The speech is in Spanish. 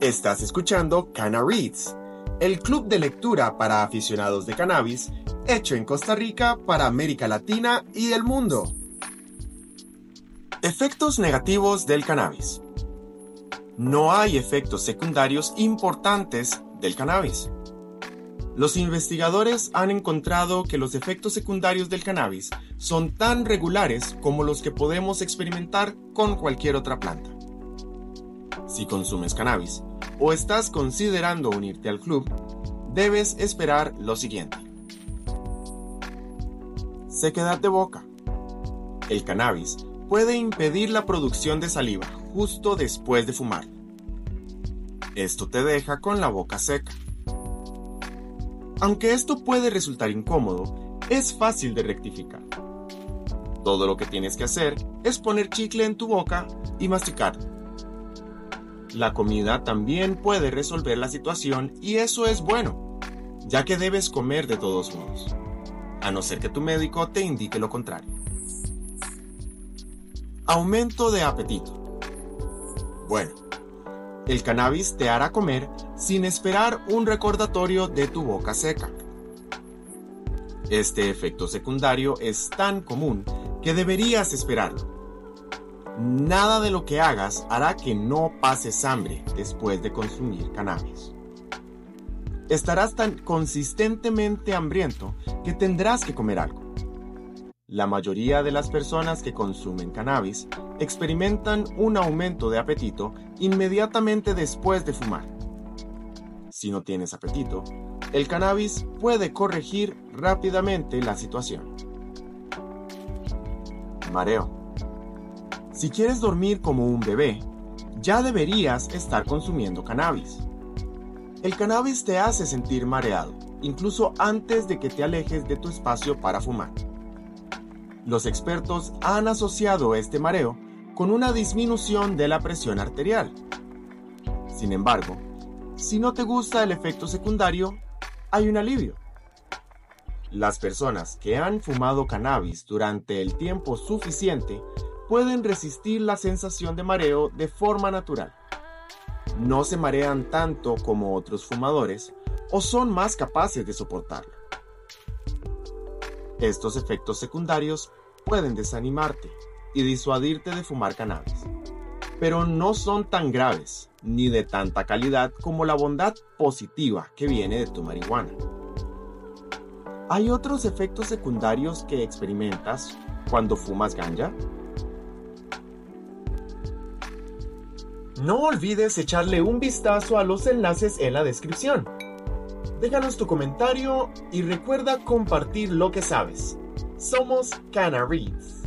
Estás escuchando Canna Reads, el club de lectura para aficionados de cannabis, hecho en Costa Rica para América Latina y el mundo. Efectos negativos del cannabis. No hay efectos secundarios importantes del cannabis. Los investigadores han encontrado que los efectos secundarios del cannabis son tan regulares como los que podemos experimentar con cualquier otra planta. Si consumes cannabis o estás considerando unirte al club, debes esperar lo siguiente. Sequedad de boca. El cannabis puede impedir la producción de saliva justo después de fumar. Esto te deja con la boca seca. Aunque esto puede resultar incómodo, es fácil de rectificar. Todo lo que tienes que hacer es poner chicle en tu boca y masticar. La comida también puede resolver la situación y eso es bueno, ya que debes comer de todos modos, a no ser que tu médico te indique lo contrario. Aumento de apetito. Bueno, el cannabis te hará comer sin esperar un recordatorio de tu boca seca. Este efecto secundario es tan común que deberías esperarlo. Nada de lo que hagas hará que no pases hambre después de consumir cannabis. Estarás tan consistentemente hambriento que tendrás que comer algo. La mayoría de las personas que consumen cannabis experimentan un aumento de apetito inmediatamente después de fumar. Si no tienes apetito, el cannabis puede corregir rápidamente la situación. Mareo. Si quieres dormir como un bebé, ya deberías estar consumiendo cannabis. El cannabis te hace sentir mareado, incluso antes de que te alejes de tu espacio para fumar. Los expertos han asociado este mareo con una disminución de la presión arterial. Sin embargo, si no te gusta el efecto secundario, hay un alivio. Las personas que han fumado cannabis durante el tiempo suficiente pueden resistir la sensación de mareo de forma natural. No se marean tanto como otros fumadores o son más capaces de soportarlo. Estos efectos secundarios pueden desanimarte y disuadirte de fumar cannabis, pero no son tan graves ni de tanta calidad como la bondad positiva que viene de tu marihuana. ¿Hay otros efectos secundarios que experimentas cuando fumas ganja? No olvides echarle un vistazo a los enlaces en la descripción. Déjanos tu comentario y recuerda compartir lo que sabes. Somos Canna Reads.